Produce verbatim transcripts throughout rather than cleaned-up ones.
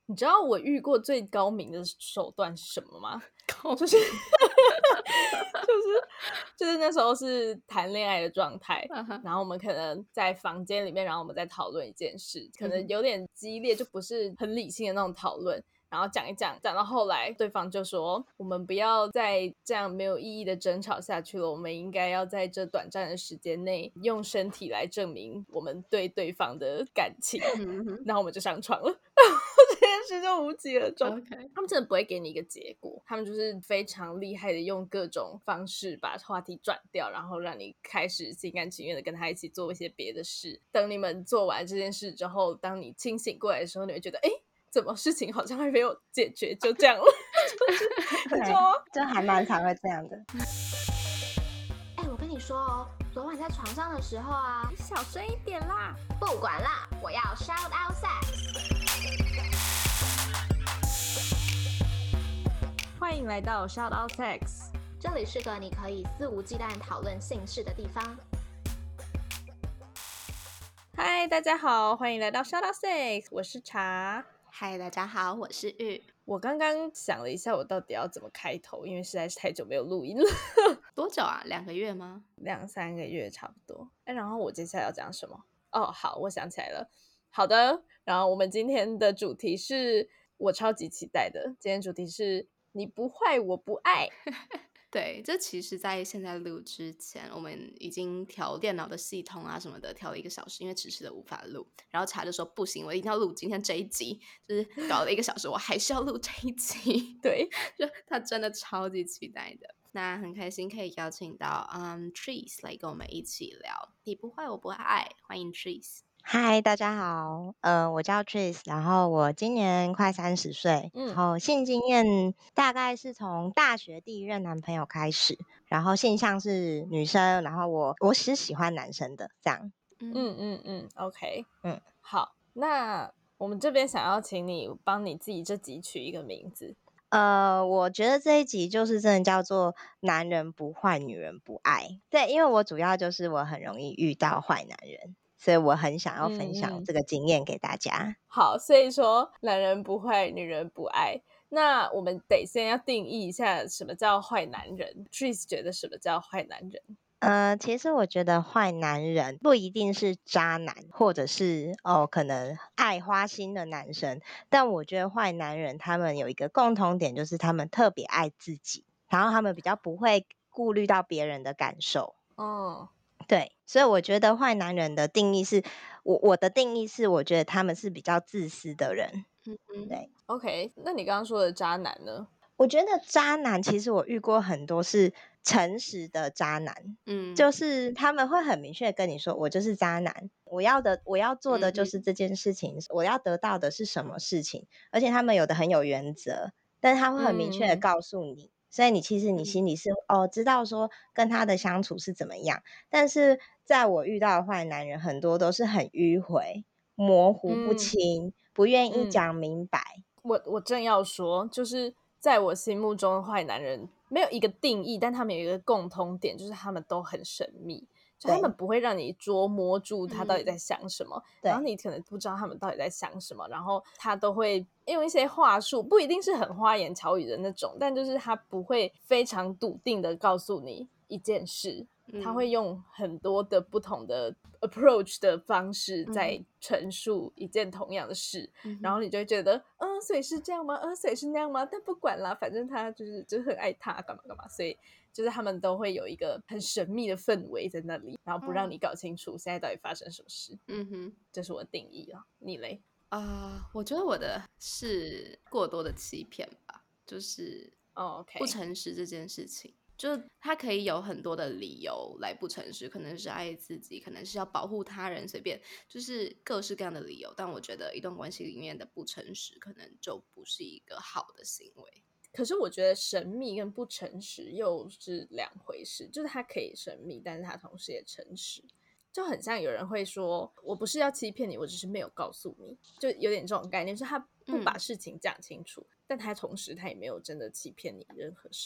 你知道我遇过最高明的手段是什么吗？ 高就是就是就是那时候是谈恋爱的状态，然后我们可能在房间里面，然后我们在讨论一件事，可能有点激烈，就不是很理性的那种讨论。然后讲一讲，讲到后来，对方就说：“我们不要再这样没有意义的争吵下去了，我们应该要在这短暂的时间内，用身体来证明我们对对方的感情。”然后我们就上床了，然后这件事就无疾而终。 Okay. 他们真的不会给你一个结果，他们就是非常厉害的用各种方式把话题转掉，然后让你开始心甘情愿的跟他一起做一些别的事。等你们做完这件事之后，当你清醒过来的时候，你会觉得，哎，怎么事情好像还没有解决，就这样了。就是你知道吗？ 就还蛮常会这样的。 哎、欸，我跟你说哦，昨晚在床上的时候啊， 你小声一点啦！ 不管啦，我要 shout out sex。 欢迎来到 Shout Out Sex， 这里是个你可以肆无忌惮讨论性事的地方。 嗨，大家好，欢迎来到 Shout Out Sex， 我是茶。 嗨，大家好，我是玉。 我刚刚想了一下，我到底要怎么开头，因为实在是太久没有录音了。 多久啊？两个月吗？ 两三个月差不多。哎，然后我接下来要讲什么？哦，好，我想起来了。好的，然后我们今天的主题是我超级期待的，今天主题是你不坏我不爱。 对，这其实在现在录之前，我们已经调电脑的系统啊什么的，调了一个小时，因为迟迟的无法录。然后茶就说不行，我一定要录今天这一集，就是搞了一个小时，我还是要录这一集。 对， 就他真的超级期待的。那很开心可以邀请到嗯 Trees 来跟我们一起聊你不坏我不爱，欢迎 Trees。 嗨，大家好，呃，我叫 Trace， 然后我今年快三十岁， 嗯， 然后性经验大概是从大学第一任男朋友开始，然后性向是女生，然后我我是喜欢男生的，这样。 嗯嗯嗯 ，OK， 嗯， 好，那我们这边想要请你帮你自己这集取一个名字。 呃，我觉得这一集就是真的叫做男人不坏，女人不爱。对，因为我主要就是我很容易遇到坏男人。所以我很想要分享这个经验给大家。 嗯嗯好，所以说男人不坏，女人不爱。那我们得先要定义一下什么叫坏男人。Trace 觉得什么叫坏男人？ 呃，其实我觉得坏男人不一定是渣男，或者是哦可能爱花心的男生，但我觉得坏男人他们有一个共同点，就是他们特别爱自己，然后他们比较不会顾虑到别人的感受。 哦。 对，所以我觉得坏男人的定义是我我的定义是我觉得他们是比较自私的人。 嗯嗯， 对 OK， 那你刚刚说的渣男呢？ 我觉得渣男其实我遇过很多是诚实的渣男，嗯，就是他们会很明确跟你说我就是渣男，我要的我要做的就是这件事情，嗯，我要得到的是什么事情，而且他们有的很有原则，但是他会很明确的告诉你。嗯，所以你其实你心里是哦知道说跟他的相处是怎么样，但是在我遇到的坏男人很多都是很迂回、模糊不清，嗯，不愿意讲明白。嗯， 我我正要说，就是在我心目中的坏男人没有一个定义，但他们有一个共通点，就是他们都很神秘。就他们不会让你捉摸住他到底在想什么，然后你可能不知道他们到底在想什么，然后他都会用一些话术，不一定是很花言巧语的那种，但就是他不会非常笃定的告诉你一件事，他会用很多的不同的 approach 的方式在陈述一件同样的事，嗯，然后你就会觉得嗯，所以是这样吗？嗯，所以是那样吗？但不管啦，反正他就是就是很爱他干嘛干嘛，所以就是他们都会有一个很神秘的氛围在那里，然后不让你搞清楚现在到底发生什么事。嗯哼，这是我的定义啊。你嘞？ 啊、呃，我觉得我的是过多的欺骗吧，就是哦， OK， 不诚实这件事情。就他可以有很多的理由来不诚实，可能是爱自己，可能是要保护他人，随便就是各式各样的理由。但我觉得一段关系里面的不诚实可能就不是一个好的行为。 可是我觉得神秘跟不诚实又是两回事，就是他可以神秘，但是他同时也诚实，就很像有人会说我不是要欺骗你，我只是没有告诉你，就有点这种概念，是他不把事情讲清楚，嗯，但他同时他也没有真的欺骗你任何事。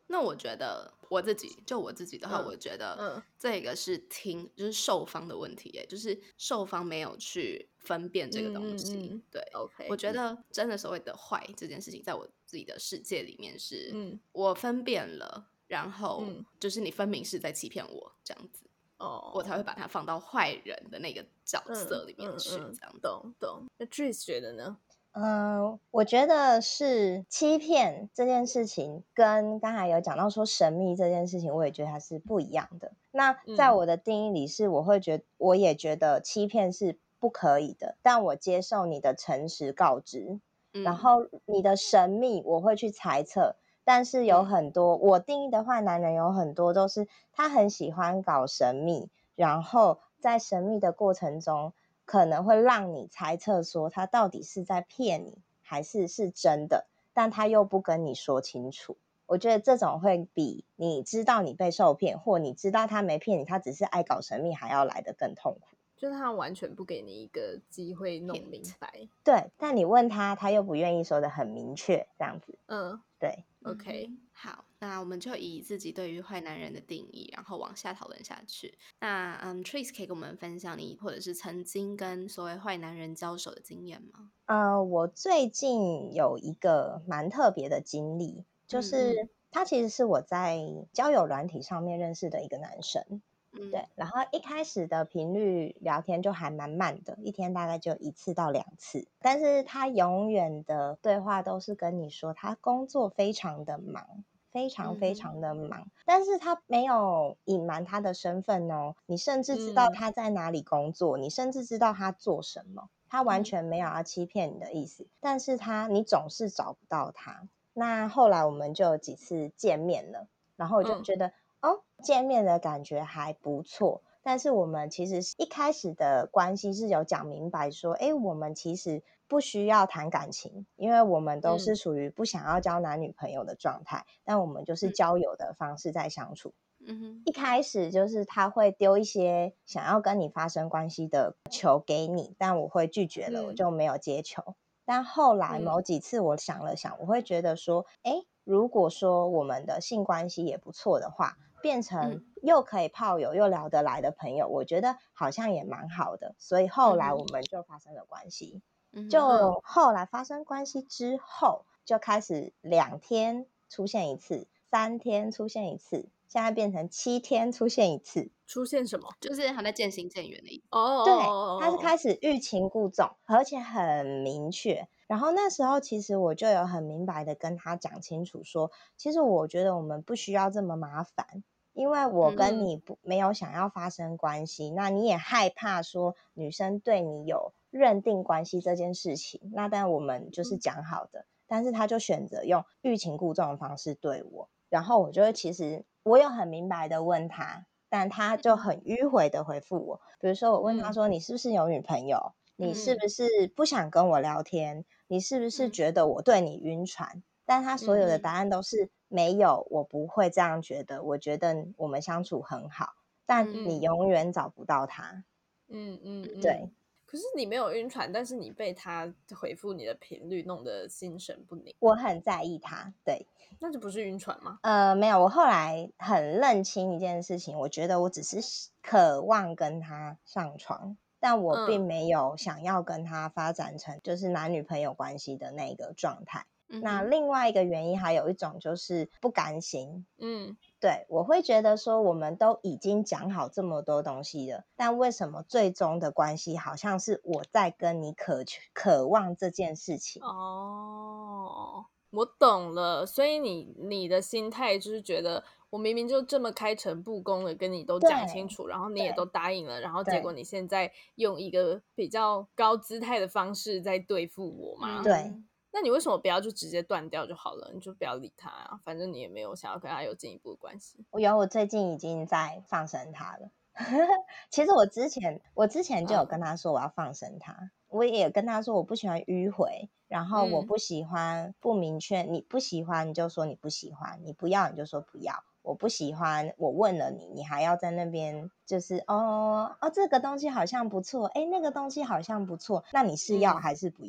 那我觉得我自己就我自己的话，嗯、我觉得这个是听就是受方的问题耶，就是受方没有去分辨这个东西。嗯嗯嗯对 ，OK， 我觉得真的所谓的坏这件事情，在我自己的世界里面是，嗯，我分辨了，然后就是你分明是在欺骗我这样子。哦，我才会把它放到坏人的那个角色里面去，嗯嗯嗯、这样子。 懂懂。那 Trace 觉得呢？ 嗯、呃，我觉得是欺骗这件事情，跟刚才有讲到说神秘这件事情，我也觉得它是不一样的。那在我的定义里是，我会觉得，我也觉得欺骗是不可以的，但我接受你的诚实告知，嗯、然后你的神秘，我会去猜测。但是有很多、嗯、我定义的坏男人有很多都是他很喜欢搞神秘，然后在神秘的过程中可能会让你猜测说他到底是在骗你还是是真的，但他又不跟你说清楚。我觉得这种会比你知道你被受骗，或你知道他没骗你，他只是爱搞神秘还要来得更痛苦。 就是他完全不给你一个机会弄明白。 对，但你问他，他又不愿意说的很明确，这样子。嗯，对 ，OK，、 嗯、好，那我们就以自己对于坏男人的定义，然后往下讨论下去。那嗯 ，Trace 可以跟我们分享你或者是曾经跟所谓坏男人交手的经验吗？ 呃，我最近有一个蛮特别的经历，就是嗯嗯他其实是我在交友软体上面认识的一个男生。嗯、对，然后一开始的频率聊天就还蛮慢的，一天大概就一次到两次，但是他永远的对话都是跟你说他工作非常的忙，非常非常的忙、嗯、但是他没有隐瞒他的身份哦，你甚至知道他在哪里工作、嗯、你甚至知道他做什么，他完全没有要欺骗你的意思、嗯、但是他你总是找不到他。那后来我们就有几次见面了，然后我就觉得、嗯哦，见面的感觉还不错，但是我们其实一开始的关系是有讲明白说，哎，我们其实不需要谈感情，因为我们都是属于不想要交男女朋友的状态、嗯、但我们就是交友的方式在相处。嗯哼，一开始就是他会丢一些想要跟你发生关系的球给你，但我会拒绝了、嗯、我就没有接球。但后来某几次我想了想、嗯、我会觉得说，哎，如果说我们的性关系也不错的话，变成又可以炮友又聊得来的朋友、嗯、我觉得好像也蛮好的，所以后来我们就发生了关系、嗯、就后来发生关系之后就开始两天出现一次，三天出现一次，现在变成七天出现一次。 出现什么？ 就是还在渐行渐远的意思。 哦，对，他是开始欲擒故纵，而且很明确。然后那时候其实我就有很明白的跟他讲清楚说，其实我觉得我们不需要这么麻烦，因为我跟你不、嗯、没有想要发生关系，那你也害怕说女生对你有认定关系这件事情，那但我们就是讲好的、嗯、但是他就选择用欲擒故纵的方式对我，然后我就会其实我有很明白的问他，但他就很迂回的回复我，比如说我问他说、嗯、你是不是有女朋友，你是不是不想跟我聊天、嗯、你是不是觉得我对你晕船、嗯、但他所有的答案都是没有，我不会这样觉得，我觉得我们相处很好，但你永远找不到他。 嗯嗯嗯， 对。 可是你没有晕船，但是你被他回复你的频率弄得心神不宁。 我很在意他，对。 那就不是晕船吗？ 呃，没有，我后来很认清一件事情，我觉得我只是渴望跟他上床，但我并没有想要跟他发展成就是男女朋友关系的那个状态。嗯、那另外一个原因还有一种就是不甘心。嗯，对，我会觉得说我们都已经讲好这么多东西了，但为什么最终的关系好像是我在跟你渴渴望这件事情。 哦，我懂了，所以你你的心态就是觉得我明明就这么开诚布公的跟你都讲清楚，然后你也都答应了，然后结果你现在用一个比较高姿态的方式在对付我嘛？ 对。 那你为什么不要就直接断掉就好了？你就不要理他啊，反正你也没有想要跟他有进一步的关系。 我有，我最近已经在放生他了。其实我之前我之前就有跟他说我要放生他、嗯、我也跟他说我不喜欢迂回，然后我不喜欢不明确、嗯、你不喜欢你就说你不喜欢，你不要你就说不要，我不喜欢我问了你，你还要在那边就是哦哦这个东西好像不错，哎那个东西好像不错，那你是要还是不要、嗯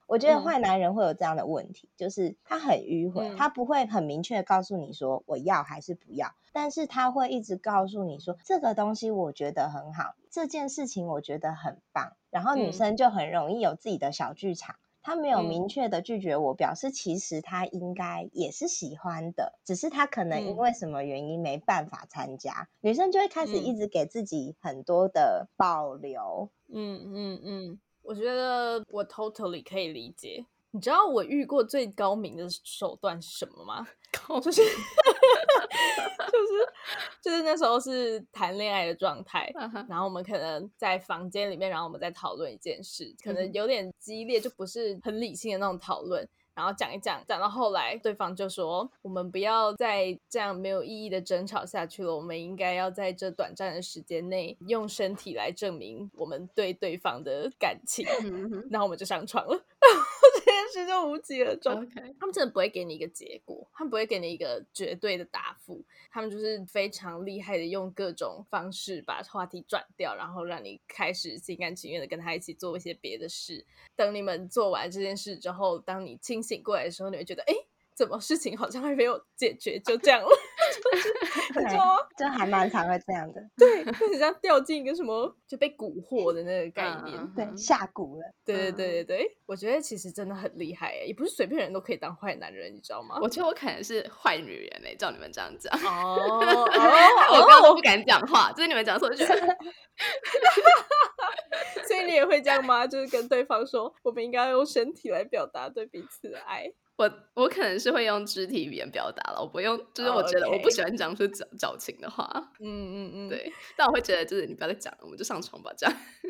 我觉得坏男人会有这样的问题，嗯、就是他很迂回、嗯，他不会很明确告诉你说我要还是不要，但是他会一直告诉你说这个东西我觉得很好，这件事情我觉得很棒，然后女生就很容易有自己的小剧场。嗯，他没有明确的拒绝我、嗯、表示其实他应该也是喜欢的，只是他可能因为什么原因没办法参加、嗯、女生就会开始一直给自己很多的保留。 嗯嗯嗯，我觉得我 totally 可以理解。你知道我遇过最高明的手段是什么吗？就是就是就是那时候是谈恋爱的状态、uh-huh. 然后我们可能在房间里面，然后我们在讨论一件事，可能有点激烈，就不是很理性的那种讨论，然后讲一讲讲到后来对方就说我们不要再这样没有意义的争吵下去了，我们应该要在这短暂的时间内用身体来证明我们对对方的感情然后我们就上床了这件事就无疾而终、okay. 他们真的不会给你一个结果，他们不会给你一个绝对的答复，他们就是非常厉害的用各种方式把话题转掉，然后让你开始心甘情愿的跟他一起做一些别的事。等你们做完这件事之后，当你清醒过来的时候，你会觉得哎，怎么事情好像还没有解决就这样了就是你知道吗？ 就还蛮常会这样的对，就很像掉进一个什么就被蛊惑的那个概念、 嗯、对，下蛊了。 对对对对对，我觉得其实真的很厉害耶，也不是随便人都可以当坏男人，你知道吗？ 我觉得我可能是坏女人耶，照你们这样讲哦哦， 我刚刚都不敢讲话，就是你们讲说我就觉得所以你也会这样吗？就是跟对方说我们应该用身体来表达对彼此的爱。 我我可能是会用肢体语言表达了，我不用，就是我觉得我不喜欢讲出矫矫情的话。 嗯嗯嗯， 对，但我会觉得就是你不要再讲了，我们就上床吧，这样。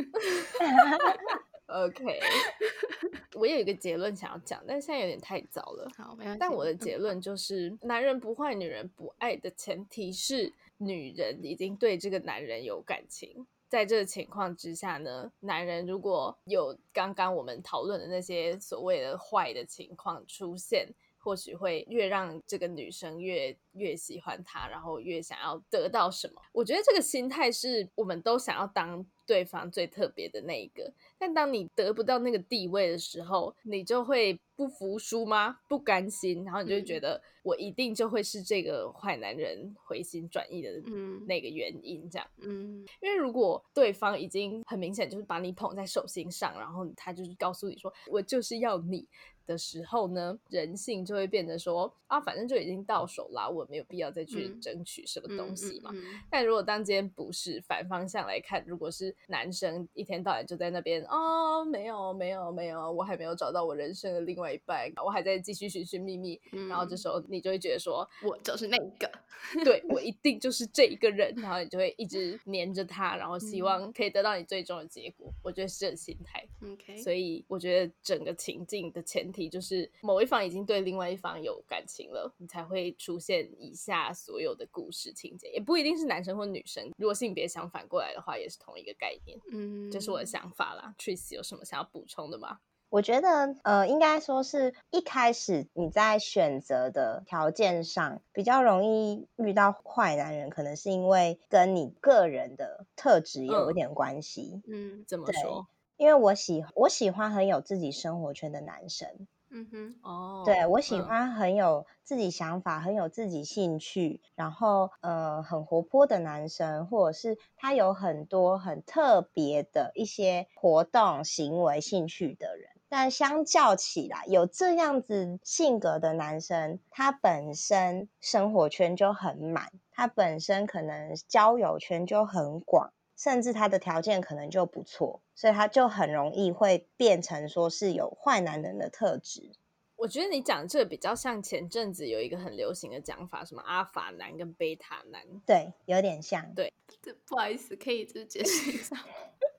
OK， 我有一个结论想要讲，但是现在有点太早了。 好，没关系。 但我的结论就是，嗯、男人不坏，女人不爱的前提是女人已经对这个男人有感情。在这个情况之下呢，男人如果有刚刚我们讨论的那些所谓的坏的情况出现，或许会越让这个女生越越喜欢他，然后越想要得到什么。我觉得这个心态是我们都想要当对方最特别的那一个，但当你得不到那个地位的时候，你就会不服输吗？不甘心，然后你就会觉得我一定就会是这个坏男人回心转意的那个原因，这样。嗯，因为如果对方已经很明显就是把你捧在手心上，然后他就是告诉你说我就是要你的时候呢，人性就会变得说啊，反正就已经到手啦，我没有必要再去争取什么东西嘛。嗯嗯嗯嗯、但如果当今天不是反方向来看，如果是男生一天到晚就在那边哦，没有没有没有，我还没有找到我人生的另外一半，我还在继续寻寻觅觅、嗯、然后这时候你就会觉得说我就是那个对，我一定就是这一个人然后你就会一直黏着他，然后希望可以得到你最终的结果、嗯、我觉得是这个心态、okay. 所以我觉得整个情境的前提就是某一方已经对另外一方有感情了，你才会出现以下所有的故事情节，也不一定是男生或女生，如果性别相反过来的话也是同一个概念。嗯，这是我的想法啦。 Tris 有什么想要补充的吗？ 我觉得呃，应该说是一开始你在选择的条件上比较容易遇到坏男人，可能是因为跟你个人的特质有一点关系。 嗯，怎么说？ 因为我喜我喜欢很有自己生活圈的男生。嗯哼，哦，对，我喜欢很有自己想法、嗯、很有自己兴趣，然后呃很活泼的男生，或者是他有很多很特别的一些活动、行为、兴趣的人。但相较起来，有这样子性格的男生，他本身生活圈就很满，他本身可能交友圈就很广，甚至他的条件可能就不错，所以他就很容易会变成说是有坏男人的特质。 我觉得你讲这个比较像前阵子有一个很流行的讲法，什么阿法男跟贝塔男。 对，有点像。 对， 不好意思，可以就是解释一下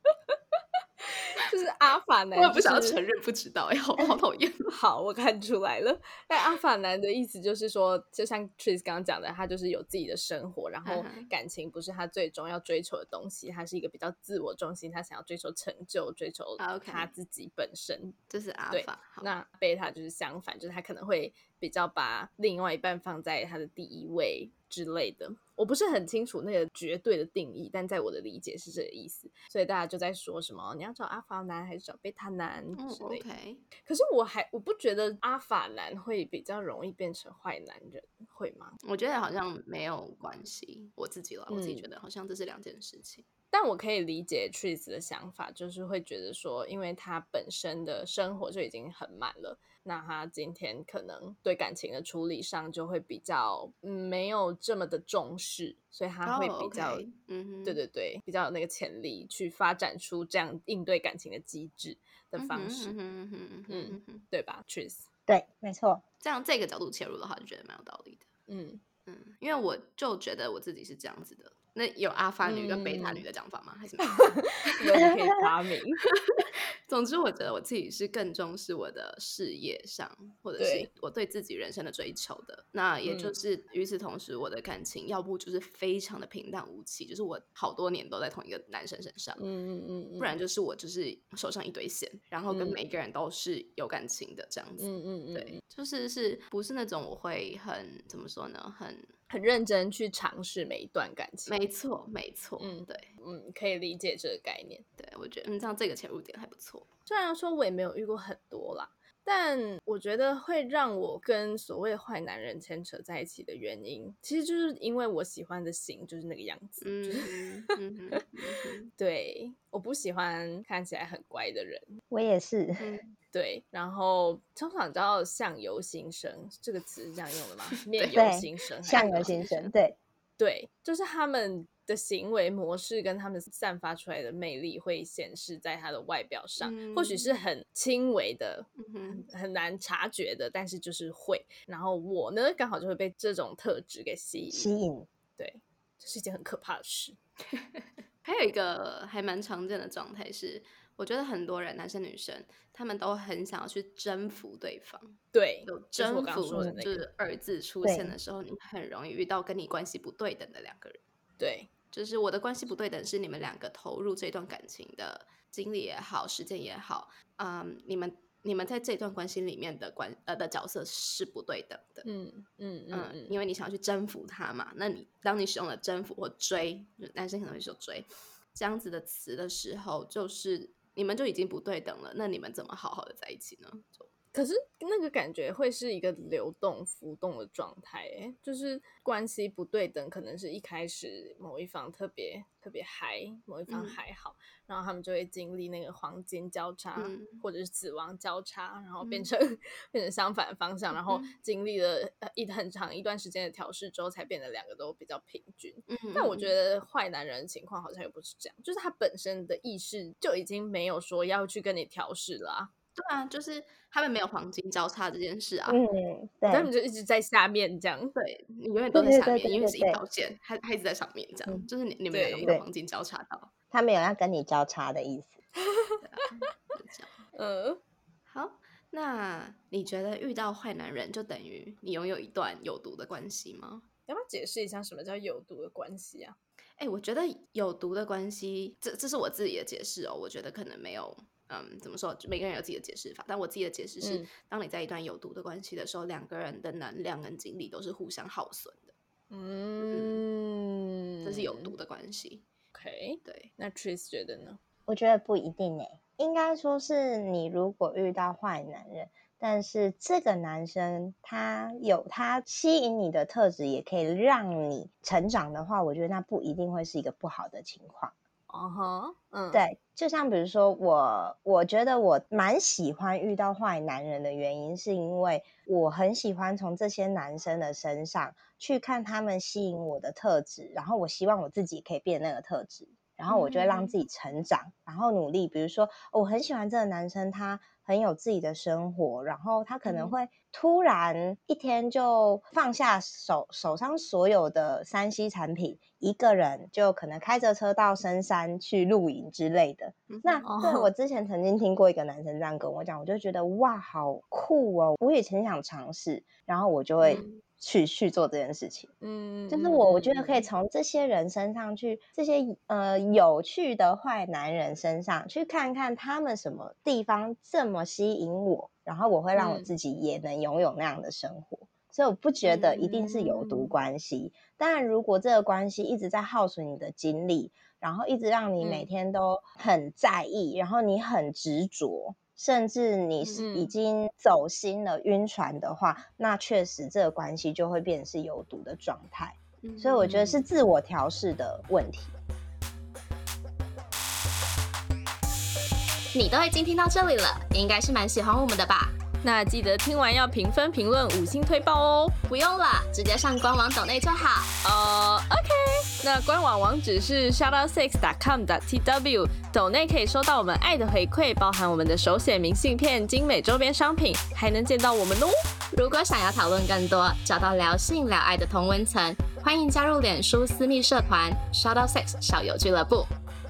就是阿法男、就是、 我也不想要承认不知道，好好讨厌。 好，我看出来了。但阿法男的意思就是说，就像 Tris 刚刚讲的，他就是有自己的生活，然后感情不是他最终要追求的东西，他是一个比较自我中心，他想要追求成就，追求他自己本身。 这、啊 okay. 是阿法。 那贝塔就是相反，就是他可能会比较把另外一半放在他的第一位之类的。 我不是很清楚那个绝对的定义，但在我的理解是这个意思，所以大家就在说什么你要找阿法男还是找贝塔男之类的、哦 okay. 可是我还我不觉得阿法男会比较容易变成坏男人，会吗？ 我觉得好像没有关系，我自己啦，我自己觉得好像这是两件事情。 但我可以理解 Tris 的想法，就是会觉得说因为他本身的生活就已经很满了，那他今天可能对感情的处理上就会比较、嗯、没有这么的重视，所以他会比较、 oh, okay. 嗯、 对对对，比较有那个潜力去发展出这样应对感情的机制的方式。 嗯嗯嗯嗯，对吧 Tris？ 对，没错， 这样这个角度切入的话就觉得蛮有道理的。 嗯嗯，因为我就觉得我自己是这样子的。那有阿法女跟贝塔女的讲法吗？嗯、还是没有？ 有，你可以发明。 总之，我觉得我自己是更重视我的事业上，或者是我对自己人生的追求的。那也就是与此同时，我的感情要不就是非常的平淡无奇，就是我好多年都在同一个男生身上， 嗯嗯嗯， 不然就是我就是手上一堆线，然后跟每一个人都是有感情的这样子。 嗯嗯嗯， 对，就是是不是那种我会很怎么说呢？很很认真去尝试每一段感情。 没错，没错， 嗯， 对， 嗯，可以理解这个概念。 对，我觉得嗯，这样这个切入点还不错。 虽然说我也没有遇过很多啦，但我觉得会让我跟所谓坏男人牵扯在一起的原因，其实就是因为我喜欢的型就是那个样子。 嗯就是嗯嗯嗯对，我不喜欢看起来很乖的人。 我也是。 嗯， 对，然后通常你知道相由心生这个词是这样用的吗？面由心生， 相由心生，对对，就是他们的行为模式跟他们散发出来的魅力会显示在他的外表上， 嗯、 或许是很轻微的、 嗯、 很, 很难察觉的，但是就是会。然后我呢，刚好就会被这种特质给吸引， 吸引， 对，这是一件很可怕的事。 还有一个还蛮常见的状态是，我觉得很多人，男生女生，他们都很想要去征服对方。 对， 有征服就是二字出现的时候，你很容易遇到跟你关系不对等的两个人。 对， 就是我的关系不对等是你们两个投入这段感情的经历也好，时间也好，嗯，你们你们在这段关系里面的关呃的角色是不对等的。 嗯嗯嗯嗯， 因为你想要去征服他嘛，那你当你使用了征服或追，男生可能会说追这样子的词的时候，就是你们就已经不对等了，那你们怎么好好的在一起呢？ 可是那个感觉会是一个流动浮动的状态，欸，就是关系不对等，可能是一开始某一方特别特别嗨，某一方还好，嗯，然后他们就会经历那个黄金交叉，嗯，或者是死亡交叉，然后变成，嗯，变成相反方向，然后经历了一很长一段时间的调试之后，才变得两个都比较平均。嗯，但我觉得坏男人的情况好像也不是这样，就是他本身的意识就已经没有说要去跟你调试了啊。 对啊，就是他们没有黄金交叉这件事啊， 嗯，对， 他们就一直在下面这样， 对，你永远都在下面，因为是一条线，他他一直在上面这样，嗯，就是你你们两个没有黄金交叉到， 他没有要跟你交叉的意思。 对啊，就这样。 嗯， 好，那你觉得遇到坏男人就等于你拥有一段有毒的关系吗？ 要不要解释一下什么叫有毒的关系啊？ 哎，我觉得有毒的关系，这这是我自己的解释哦，我觉得可能没有。嗯，怎么说？每个人有自己的解释法，但我自己的解释是，嗯，当你在一段有毒的关系的时候，两个人的能量跟精力都是互相耗损的。嗯，这是有毒的关系。 OK， 对， 那 Tris 觉得呢？ 我觉得不一定诶，应该说是你如果遇到坏男人，但是这个男生他有他吸引你的特质，也可以让你成长的话，我觉得那不一定会是一个不好的情况。 哦哈，嗯， 对，就像比如说我，我觉得我蛮喜欢遇到坏男人的原因，是因为我很喜欢从这些男生的身上去看他们吸引我的特质，然后我希望我自己可以变那个特质，然后我就会让自己成长，嗯，然后努力。比如说，我很喜欢这个男生，他很有自己的生活，然后他可能会突然一天就放下手手上所有的 三 C 产品，一个人就可能开着车到深山去露营之类的。嗯，那对，我之前曾经听过一个男生这样跟我讲，我就觉得哇，好酷哦！我也很想尝试，然后我就会去，嗯，去做这件事情。嗯，就是我我觉得可以从这些人身上去，这些呃有趣的坏男人身上去看看他们什么地方这么吸引我，然后我会让我自己也能拥有那样的生活。嗯， 所以我不觉得一定是有毒关系、嗯、当然如果这个关系一直在耗损你的精力，然后一直让你每天都很在意、嗯、然后你很执着，甚至你已经走心了、嗯、晕船的话，那确实这个关系就会变成是有毒的状态、嗯、所以我觉得是自我调适的问题。 你都已经听到这里了，应该是蛮喜欢我们的吧？ 那记得听完要评分、评论、五星推爆哦！ 不用了，直接上官网抖内就好。 呃、uh, ，OK。那官网网址是 shoutout six dot com dot t w， 抖内可以收到我们爱的回馈，包含我们的手写明信片、精美周边商品，还能见到我们哦。 如果想要讨论更多，找到聊性聊爱的同温层，欢迎加入脸书私密社团 shoutout six 校友俱乐部。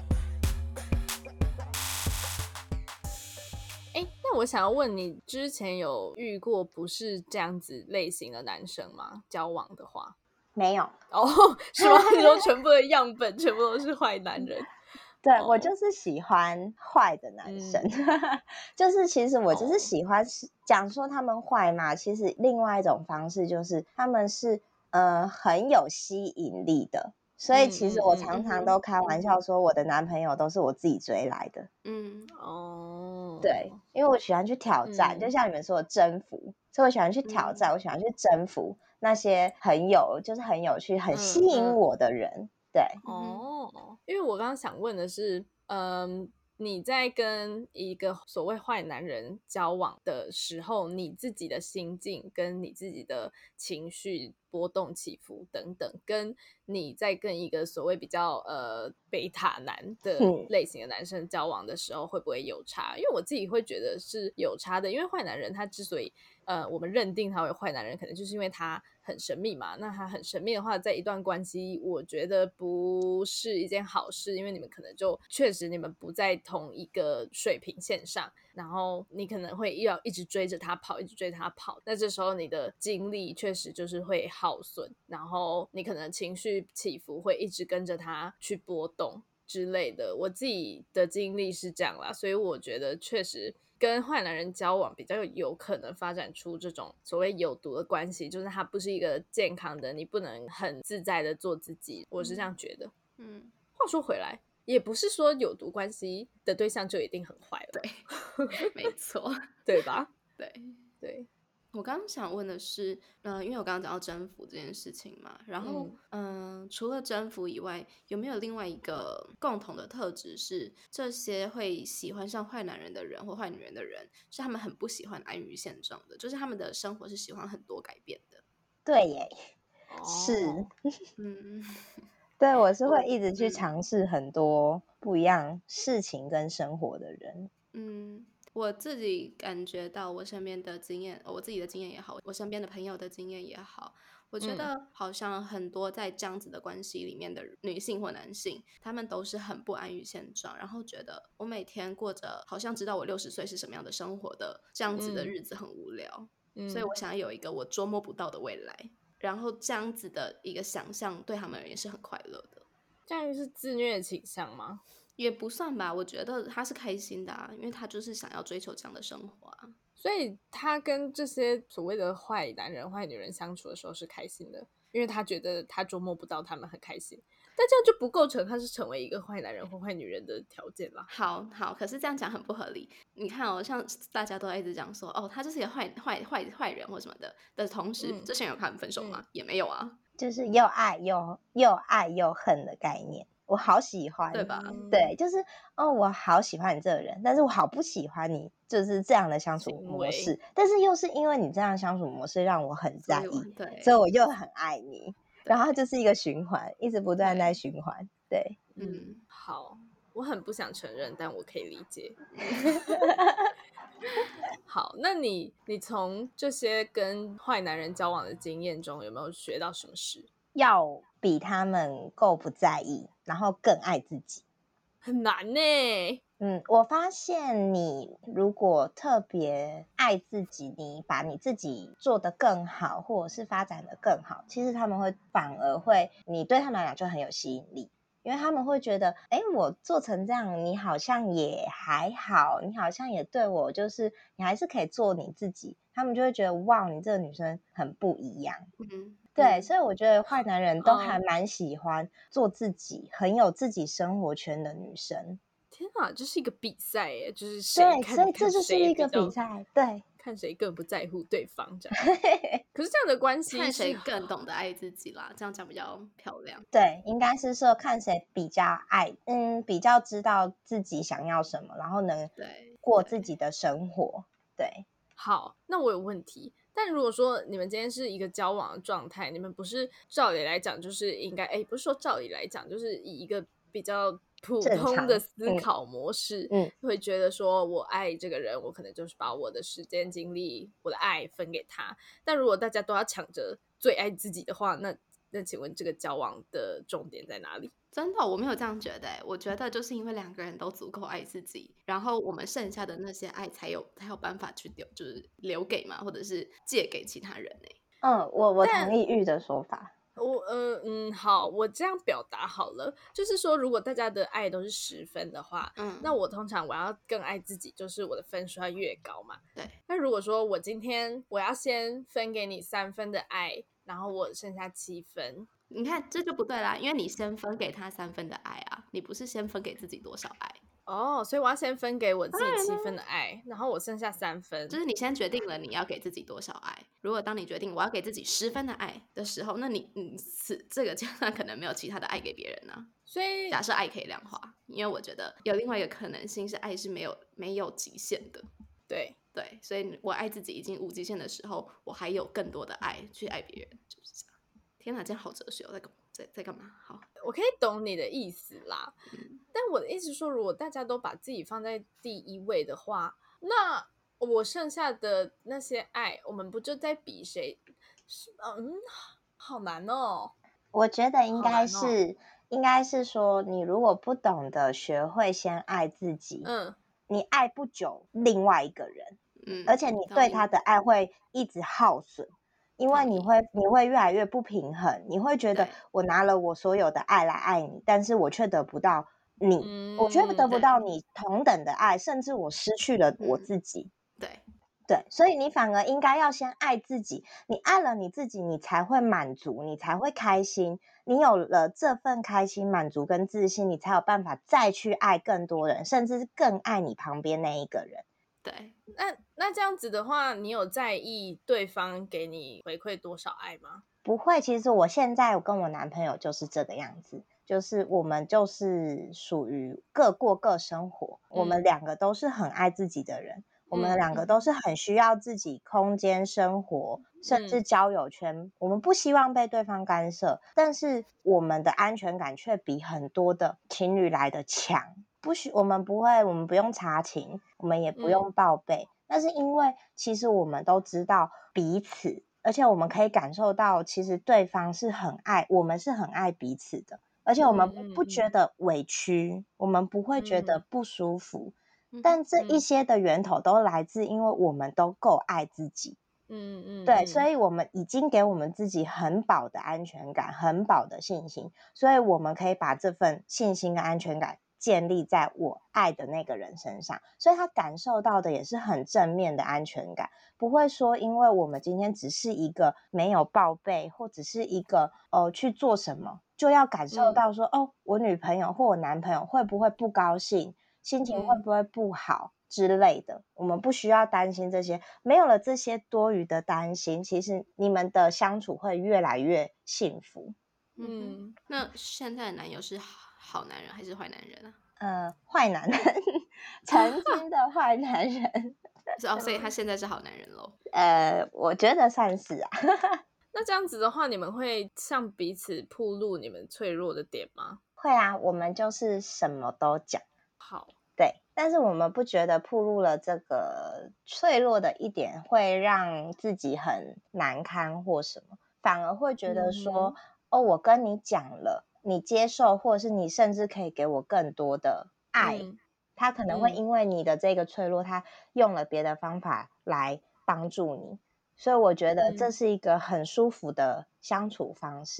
那我想要问你，之前有遇过不是这样子类型的男生吗？交往的话没有哦，是吗？你说全部的样本全部都是坏男人？ 对、哦、我就是喜欢坏的男生、嗯、就是其实我就是喜欢讲、哦、说他们坏嘛，其实另外一种方式就是他们是呃很有吸引力的，所以其实我常常都开玩笑说我的男朋友都是我自己追来的。 嗯哦， 对，因为我喜欢去挑战、嗯、就像你们说的征服，所以我喜欢去挑战、嗯、我喜欢去征服那些很有就是很有趣很吸引我的人、嗯嗯、对哦，因为我刚刚想问的是嗯，你在跟一个所谓坏男人交往的时候，你自己的心境跟你自己的情绪波动起伏等等，跟你在跟一个所谓比较呃贝塔男的类型的男生交往的时候、嗯、会不会有差？因为我自己会觉得是有差的，因为坏男人他之所以呃我们认定他为坏男人，可能就是因为他很神秘嘛，那他很神秘的话，在一段关系我觉得不是一件好事，因为你们可能就确实你们不在同一个水平线上，然后你可能会要一直追着他跑一直追着他跑，那这时候你的精力确实就是会耗损，然后你可能情绪起伏会一直跟着他去波动之类的，我自己的经历是这样啦，所以我觉得确实跟坏男人交往比较有可能发展出这种所谓有毒的关系，就是他不是一个健康的，你不能很自在的做自己，我是这样觉得。嗯，话说回来，也不是说有毒关系的对象就一定很坏了， 对，没错， 对吧？ 对对。 我刚刚想问的是，呃，因为我刚刚讲到征服这件事情嘛，然后，嗯、呃，除了征服以外，有没有另外一个共同的特质是，这些会喜欢上坏男人的人或坏女人的人，是他们很不喜欢安于现状的，就是他们的生活是喜欢很多改变的。 对耶，是，嗯，对，我是会一直去尝试很多不一样事情跟生活的人。 嗯。我自己感觉到我身边的经验，我自己的经验也好，我身边的朋友的经验也好，我觉得好像很多在这样子的关系里面的女性或男性，他们都是很不安于现状，然后觉得我每天过着好像知道我六十岁是什么样的生活的这样子的日子很无聊、嗯、所以我想要有一个我捉摸不到的未来，然后这样子的一个想象对他们而言是很快乐的。 这样是自虐倾向吗？ 也不算吧，我觉得他是开心的啊，因为他就是想要追求这样的生活啊。 所以他跟这些所谓的坏男人坏女人相处的时候是开心的，因为他觉得他捉摸不到他们很开心，但这样就不构成他是成为一个坏男人或坏女人的条件啦。 好好，可是这样讲很不合理。你看哦，像大家都一直讲说哦他就是一个坏坏坏坏人或什么的的同时、嗯、之前有看他们分手吗、嗯、也没有啊， 就是又爱又又爱又恨的概念。我好喜欢， 对吧？ 对，就是哦，我好喜欢你这个人，但是我好不喜欢你就是这样的相处模式，但是又是因为你这样的相处模式让我很在意， 对， 所以我又很爱你，然后它就是一个循环，一直不断在循环。对， 嗯，好，我很不想承认，但我可以理解。好，那你你从这些跟坏男人交往的经验中，有没有学到什么事？ 要比他们够不在意，然后更爱自己， 很难呢。 嗯，我发现你如果特别爱自己，你把你自己做得更好，或者是发展得更好，其实他们会反而会，你对他们来讲就很有吸引力。 因为他们会觉得，哎，我做成这样，你好像也还好，你好像也对我，就是你还是可以做你自己，他们就会觉得，哇，你这个女生很不一样。嗯，对，所以我觉得坏男人都还蛮喜欢做自己，很有自己生活圈的女生。 天啊，这是一个比赛耶，就是谁对， 看所以这就是一个比赛，对， 看谁更不在乎对方这样。可是这样的关系看谁更懂得爱自己啦，这样讲比较漂亮。 对，应该是说看谁比较爱，嗯，比较知道自己想要什么，然后能过自己的生活。对， 好，那我有问题。但如果说你们今天是一个交往的状态，你们不是照理来讲就是应该，哎，不是说照理来讲，就是以一个比较普通的思考模式，嗯，会觉得说我爱这个人，我可能就是把我的时间、精力、我的爱分给他。但如果大家都要抢着最爱自己的话，那那请问这个交往的重点在哪里？ 真的，我没有这样觉得、欸。我觉得就是因为两个人都足够爱自己，然后我们剩下的那些爱才有才有办法去留，就是留给嘛，或者是借给其他人、欸、 嗯，我我同意玉的说法。 我呃嗯好，我这样表达好了，就是说，如果大家的爱都是十分的话，嗯，那我通常我要更爱自己，就是我的分数要越高嘛。 对。 那如果说我今天我要先分给你三分的爱，然后我剩下七分， 你看这就不对啦，因为你先分给他三分的爱啊，你不是先分给自己多少爱。 哦，所以我要先分给我自己七分的爱，然后我剩下三分。 就是你先决定了你要给自己多少爱。如果当你决定我要给自己十分的爱的时候，那你你此这个阶段可能没有其他的爱给别人啊。 所以假设爱可以量化，因为我觉得有另外一个可能性是爱是没有没有极限的。 对对，所以我爱自己已经无极限的时候，我还有更多的爱去爱别人，就是这样。天哪，今天好哲学哦，在在在干嘛？好， 我可以懂你的意思啦，嗯、但我的意思说，如果大家都把自己放在第一位的话，那我剩下的那些爱，我们不就在比谁？嗯，好难哦。 我觉得应该是，哦、应该是说，你如果不懂得学会先爱自己，嗯，你爱不久另外一个人，嗯，而且你对他的爱会一直耗损。因为你会你会越来越不平衡，你会觉得我拿了我所有的爱来爱你，但是我却得不到你，嗯、我却得不到你同等的爱，甚至我失去了我自己。 嗯、对对，所以你反而应该要先爱自己，你爱了你自己，你才会满足，你才会开心，你有了这份开心、满足跟自信，你才有办法再去爱更多人，甚至是更爱你旁边那一个人。 对， 那那这样子的话，你有在意对方给你回馈多少爱吗？ 不会，其实我现在我跟我男朋友就是这个样子，就是我们就是属于各过各生活，嗯、我们两个都是很爱自己的人，嗯、我们两个都是很需要自己空间生活，嗯、甚至交友圈，我们不希望被对方干涉，但是我们的安全感却比很多的情侣来的强。不许我们不会，我们不用查情，我们也不用报备，嗯、那是因为其实我们都知道彼此，而且我们可以感受到，其实对方是很爱我们，是很爱彼此的，而且我们不觉得委屈，嗯、我们不会觉得不舒服，嗯、但这一些的源头都来自因为我们都够爱自己。嗯嗯，对，所以我们已经给我们自己很饱的安全感，很饱的信心，所以我们可以把这份信心跟安全感建立在我爱的那个人身上，所以他感受到的也是很正面的安全感，不会说因为我们今天只是一个没有报备，或只是一个呃去做什么，就要感受到说、嗯、哦，我女朋友或我男朋友会不会不高兴，心情会不会不好、嗯、之类的，我们不需要担心这些，没有了这些多余的担心，其实你们的相处会越来越幸福。 嗯，那现在的男友是好好男人还是坏男人啊？ 呃，坏男人，曾经的坏男人。 哦，所以他现在是好男人咯。 呃，我觉得算是啊。 那这样子的话，你们会向彼此暴露你们脆弱的点吗？ 会啊，我们就是什么都讲。 好， 对，但是我们不觉得暴露了这个脆弱的一点会让自己很难堪或什么，反而会觉得说，嗯、哦，我跟你讲了。你接受，或者是你甚至可以给我更多的爱、嗯、他可能会因为你的这个脆弱、嗯、他用了别的方法来帮助你，所以我觉得这是一个很舒服的相处方式、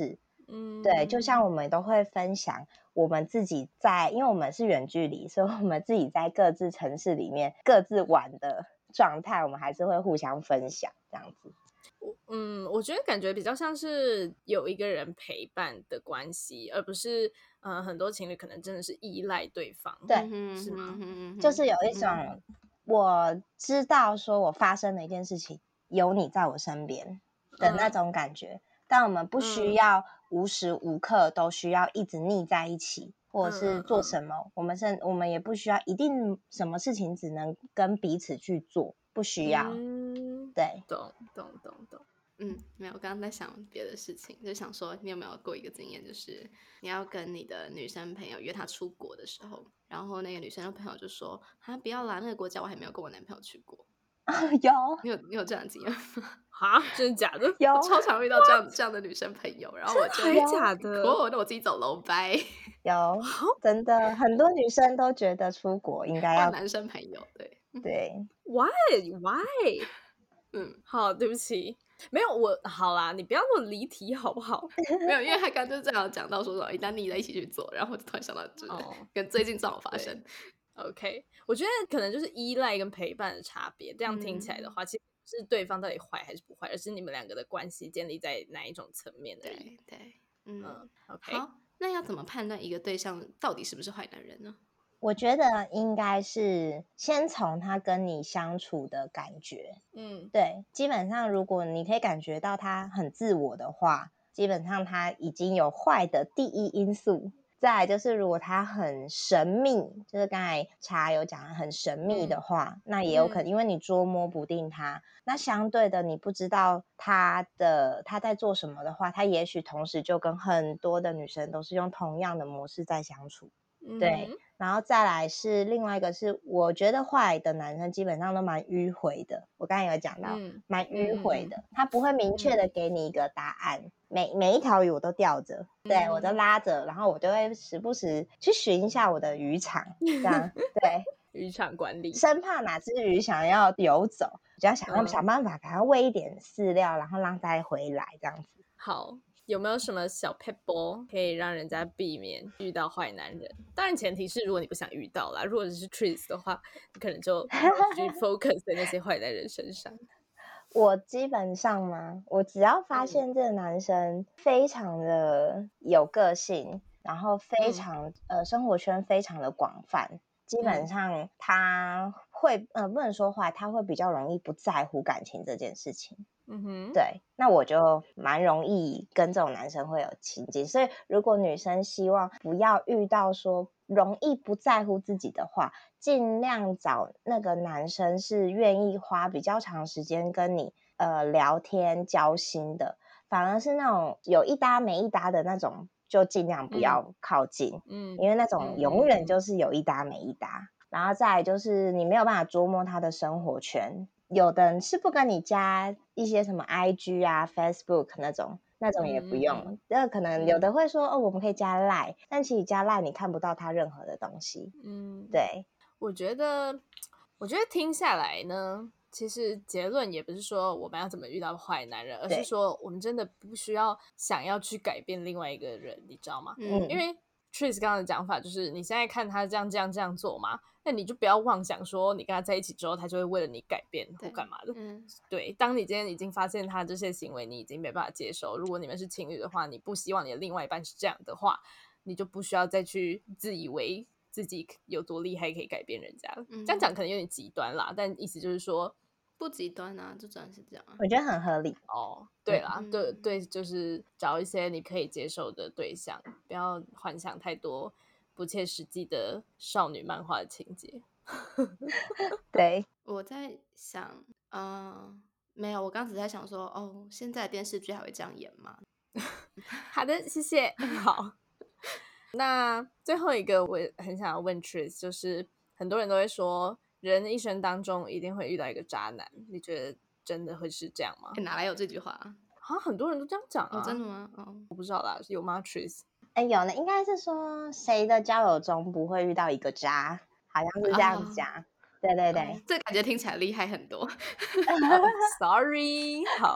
嗯，对，就像我们都会分享我们自己在，因为我们是远距离，所以我们自己在各自城市里面各自玩的状态，我们还是会互相分享这样子。 嗯，我觉得感觉比较像是有一个人陪伴的关系，而不是呃很多情侣可能真的是依赖对方。 对， 是吗？ 就是有一种我知道说我发生的一件事情有你在我身边的那种感觉，嗯，但我们不需要无时无刻都需要一直腻在一起，或者是做什么，嗯嗯嗯，我们是我们也不需要一定什么事情只能跟彼此去做，不需要。嗯，对， 懂懂懂懂。 嗯，没有，我刚刚在想别的事情，就想说你有没有过一个经验，就是你要跟你的女生朋友约她出国的时候，然后那个女生的朋友就说啊不要啦，那个国家我还没有跟我男朋友去过。 有， 你有你有这样的经验吗？ 啊，真的假的？ 有， 我超常遇到这样这样的女生朋友，然后我就还假的， 哦，那我自己走楼拜。 有，真的很多女生都觉得出国应该要男生朋友，对对 ，why why？嗯，好，对不起。没有我好啦，你不要那么离题好不好？ 没有，因为他刚刚就这样讲到说说一旦腻在一起去做，然后我就突然想到，就是跟最近正好发生。 OK， 我觉得可能就是依赖跟陪伴的差别。这样听起来的话，嗯，其实不是对方到底坏还是不坏，而是你们两个的关系建立在哪一种层面而已。 对对，嗯，嗯 OK。 好，那要怎么判断一个对象到底是不是坏男人呢？ 我觉得应该是先从他跟你相处的感觉，嗯，对，基本上如果你可以感觉到他很自我的话，基本上他已经有坏的第一因素。再来就是如果他很神秘，就是刚才茶有讲很神秘的话，嗯，那也有可能因为你捉摸不定他，嗯，那相对的你不知道他的他在做什么的话，他也许同时就跟很多的女生都是用同样的模式在相处。对，然后再来是另外一个是我觉得坏的男生基本上都蛮迂回的，我刚才有讲到，嗯，蛮迂回的，嗯，他不会明确的给你一个答案，嗯，每每一条鱼我都钓着，嗯，对，我都拉着，然后我就会时不时去寻一下我的渔场，这样对， 渔场管理， 生怕哪只鱼想要游走，就要想要想办法给它喂一点饲料，然后让它回来这样子。 好。有没有什么小撇步可以让人家避免遇到坏男人？当然前提是如果你不想遇到啦，如果是 Tris 的话，你可能就去 focus 在那些坏男人身上。 我基本上嘛，我只要发现这个男生非常的有个性，然后非常、嗯、呃生活圈非常的广泛，基本上他会呃不能说坏，他会比较容易不在乎感情这件事情。嗯哼，对，那我就蛮容易跟这种男生会有情境，所以如果女生希望不要遇到说容易不在乎自己的话，尽量找那个男生是愿意花比较长时间跟你呃聊天交心的，反而是那种有一搭没一搭的那种就尽量不要靠近，嗯，因为那种永远就是有一搭没一搭，然后再来就是你没有办法捉摸他的生活圈，有的人是不跟你加一些什么 I G 啊 Facebook 那种，那种也不用，那、嗯、可能有的会说、嗯、哦我们可以加 Line， 但其实加 Line 你看不到他任何的东西。嗯，对， 我觉得我觉得听下来呢，其实结论也不是说我们要怎么遇到坏男人，而是说我们真的不需要想要去改变另外一个人，你知道吗？嗯，因为 Tris 刚刚的讲法就是你现在看他这样这样这样做嘛，那你就不要妄想说你跟他在一起之后他就会为了你改变或干嘛的。嗯，对，当你今天已经发现他这些行为你已经没办法接受，如果你们是情侣的话，你不希望你的另外一半是这样的话，你就不需要再去自以为自己有多厉害可以改变人家了。嗯，这样讲可能有点极端啦，但意思就是说不极端啊，就真的是这样啊。 我觉得很合理哦。对啦，嗯、对对，就是找一些你可以接受的对象，不要幻想太多不切实际的少女漫画的情节。 对， 我在想，嗯、呃，没有，我刚只在想说，哦，现在电视剧还会这样演吗？ 好的，谢谢。好，那最后一个我很想要问 Tris， 就是很多人都会说，人一生当中一定会遇到一个渣男，你觉得真的会是这样吗？ 欸、哪来有这句话啊？ 啊，很多人都这样讲啊。 哦，真的吗？哦， 我不知道啦，有吗 Tris？ 哎，有呢，应该是说谁的交友中不会遇到一个渣，好像是这样子讲。哦，对对对， 这感觉听起来厉害很多。 oh, Sorry， 好，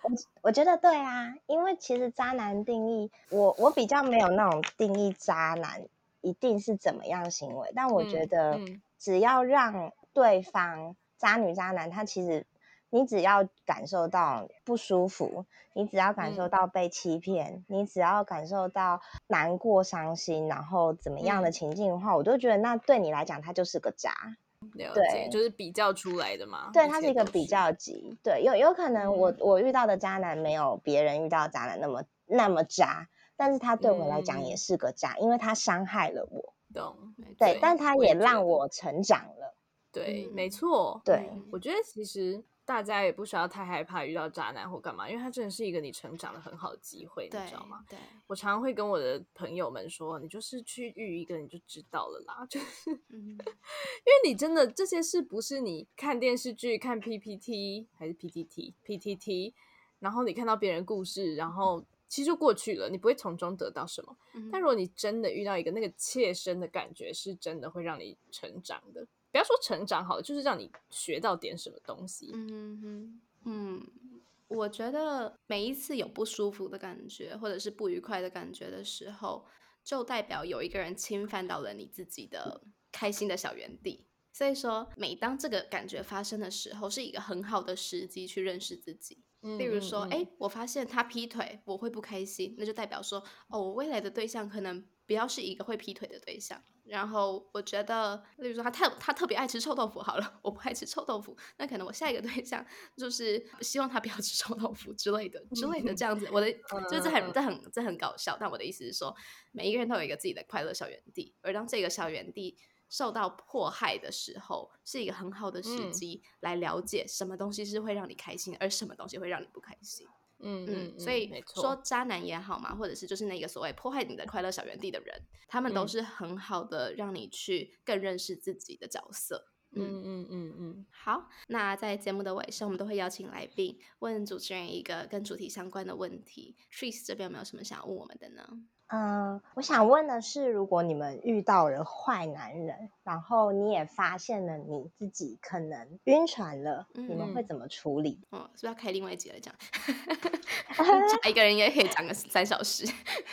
我我觉得对啊，因为其实渣男定义，我我比较没有那种定义渣男一定是怎么样行为，但我觉得只要让对方渣女渣男，他其实你只要感受到不舒服，你只要感受到被欺骗，嗯、你只要感受到难过、伤心，然后怎么样的情境的话，嗯、我都觉得那对你来讲，他就是个渣。 了解，就是比较出来的嘛。 对，它是一个比较级。对，有有可能我、嗯、我遇到的渣男没有别人遇到的渣男那么那么渣，但是他对我来讲也是个渣，嗯、因为他伤害了我。 懂。 对，但他也让我成长了。 对，嗯、没错。 对， 我觉得其实大家也不需要太害怕遇到渣男或干嘛，因为他真的是一个你成长的很好的机会，你知道吗？ 对， 我常常会跟我的朋友们说，你就是去遇一个你就知道了啦，就是、嗯、因为你真的这些事不是你看电视剧、看 P P T 还是 P T T P T T， 然后你看到别人故事，然后其实就过去了，你不会从中得到什么。嗯、但如果你真的遇到一个那个切身的感觉，是真的会让你成长的。不要说成长好了，就是让你学到点什么东西。 嗯哼，嗯，我觉得每一次有不舒服的感觉，或者是不愉快的感觉的时候，就代表有一个人侵犯到了你自己的开心的小园地。所以说，每当这个感觉发生的时候，是一个很好的时机去认识自己。嗯、例如说，哎、嗯嗯，我发现他劈腿，我会不开心，那就代表说，哦，我未来的对象可能不要是一个会劈腿的对象。然后我觉得，例如说他特他特别爱吃臭豆腐，好了，我不爱吃臭豆腐，那可能我下一个对象就是希望他不要吃臭豆腐之类的之类的这样子。我的就是这很这很这很搞笑，但我的意思是说，每一个人都有一个自己的快乐小园地，而当这个小园地受到迫害的时候，是一个很好的时机来了解什么东西是会让你开心，而什么东西会让你不开心。嗯嗯，所以说渣男也好嘛，或者是就是那个所谓破坏你的快乐小园地的人，他们都是很好的让你去更认识自己的角色。 嗯嗯嗯嗯。 好，那在节目的尾声，我们都会邀请来宾问主持人一个跟主题相关的问题。Tris 这边有没有什么想要问我们的呢？ 嗯，我想问的是，如果你们遇到了坏男人，然后你也发现了你自己可能晕船了，嗯、你们会怎么处理？ 哦，是不是要开另外一集来讲？讲一个人也可以讲个三小时。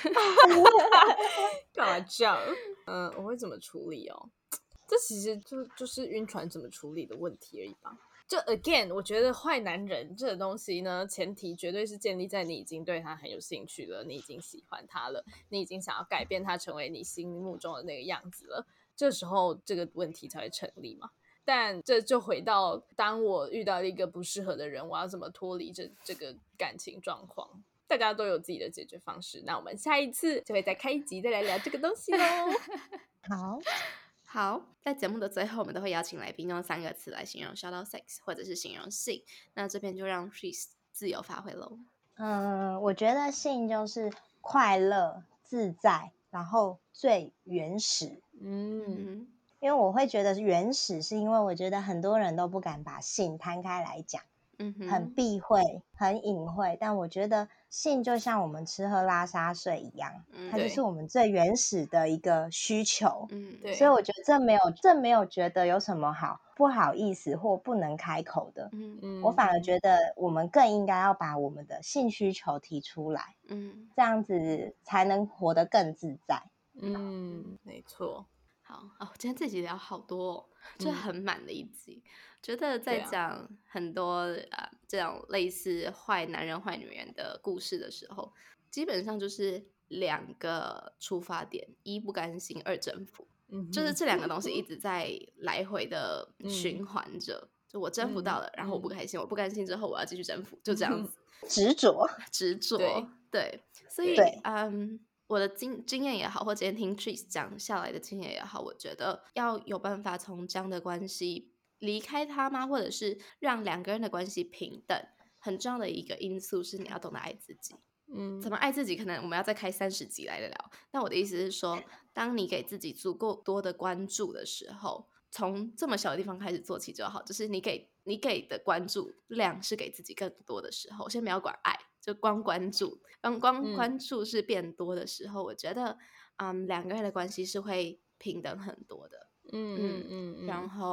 干嘛这样？嗯，我会怎么处理哦？这其实就就是晕船怎么处理的问题而已吧。就 again， 我觉得坏男人这个东西呢，前提绝对是建立在你已经对他很有兴趣了，你已经喜欢他了，你已经想要改变他成为你心目中的那个样子了，这时候这个问题才会成立嘛。但这就回到当我遇到一个不适合的人，我要怎么脱离这这个感情状况？大家都有自己的解决方式，那我们下一次就会再开一集再来聊这个东西咯。 好好，在节目的最后，我们都会邀请来宾用三个词来形容 shout out sex 或者是形容性。那这边就让 Tris 自由发挥咯。 嗯，我觉得性就是快乐、自在，然后最原始。嗯，因为我会觉得原始，是因为我觉得很多人都不敢把性摊开来讲。嗯、很避讳，很隐晦，但我觉得性就像我们吃喝拉撒睡一样，嗯、它就是我们最原始的一个需求。嗯，对。所以我觉得这没有，这没有觉得有什么好不好意思或不能开口的。嗯嗯，我反而觉得我们更应该要把我们的性需求提出来。嗯，这样子才能活得更自在。 嗯，没错。 好哦，今天这集聊好多、哦，就很满的一集。嗯、觉得在讲很多啊、呃、这种类似坏男人、坏女人的故事的时候，基本上就是两个出发点：一不甘心，二征服。嗯，就是这两个东西一直在来回的循环着。嗯、就我征服到了，嗯、然后我不开心，嗯、我不甘心之后我要继续征服，就这样子。 执着， 执着，对，对，所以对嗯。我的经经验也好，或今天听 Tris 讲下来的经验也好，我觉得要有办法从这样的关系离开他吗？或者是让两个人的关系平等，很重要的一个因素是你要懂得爱自己。嗯，怎么爱自己？可能我们要再开三十集来聊。但我的意思是说，当你给自己足够多的关注的时候，从这么小的地方开始做起就好。就是你给你给的关注量是给自己更多的时候，先不要管爱。就光关注，光光关注是变多的时候，嗯、我觉得，嗯，两个人的关系是会平等很多的。嗯嗯嗯，然后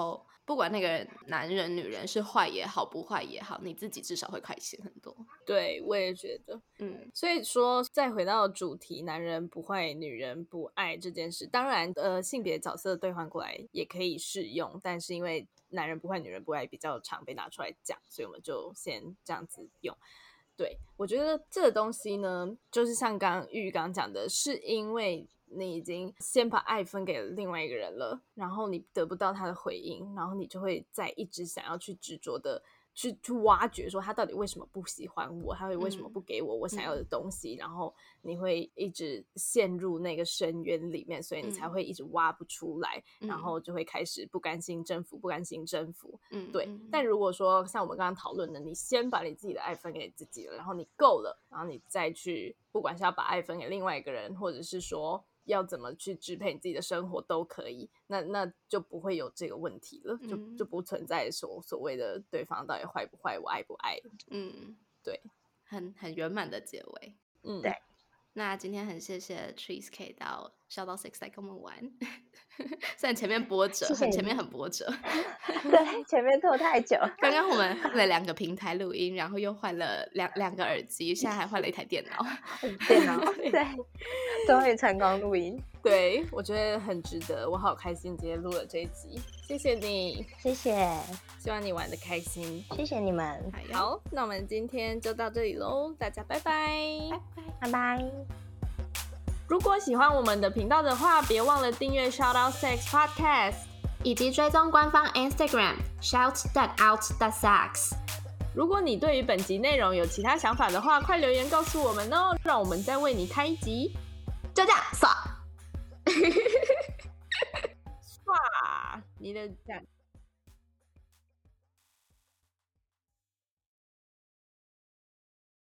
不管那个人男人女人是坏也好不坏也好，你自己至少会开心很多。 对，我也觉得。嗯，所以说再回到主题，男人不坏女人不爱这件事，当然呃性别角色兑换过来也可以适用，但是因为男人不坏女人不爱比较常被拿出来讲，所以我们就先这样子用。对，我觉得这个东西呢，就是像刚刚玉刚刚讲的，是因为你已经先把爱分给了另外一个人了，然后你得不到他的回应，然后你就会再一直想要去执着的去去挖掘说他到底为什么不喜欢我，他会为什么不给我我想要的东西、嗯、然后你会一直陷入那个深渊里面，所以你才会一直挖不出来、嗯、然后就会开始不甘心征服不甘心征服、嗯、对、嗯、但如果说像我们刚刚讨论的，你先把你自己的爱分给自己了，然后你够了，然后你再去不管是要把爱分给另外一个人，或者是说要怎么去支配你自己的生活都可以，那那就不会有这个问题了，就就不存在所所谓的对方到底坏不坏，我爱不爱。嗯，对， 很很圆满的结尾。 嗯，对。 那今天很谢谢 Trees 可以到Shout Out Sex 来跟我们玩，虽然前面波折，很前面很波折， 对，前面拖太久。 刚刚我们换了两个平台录音，然后又换了两两个耳机，现在还换了一台电脑。 电脑对，终于成功录音。 对，我觉得很值得，我好开心今天录了这一集，谢谢你， 谢谢， 希望你玩得开心， 谢谢你们。 好，那我们今天就到这里咯，大家拜拜， 拜拜，拜拜。 如果喜欢我们的频道的话，别忘了订阅 Shout Out Sex Podcast， 以及追踪官方 Instagram Shout Out Sex。 如果你对于本集内容有其他想法的话，快留言告诉我们哦，让我们再为你开一集。 就这样，耍， 耍，你的赞。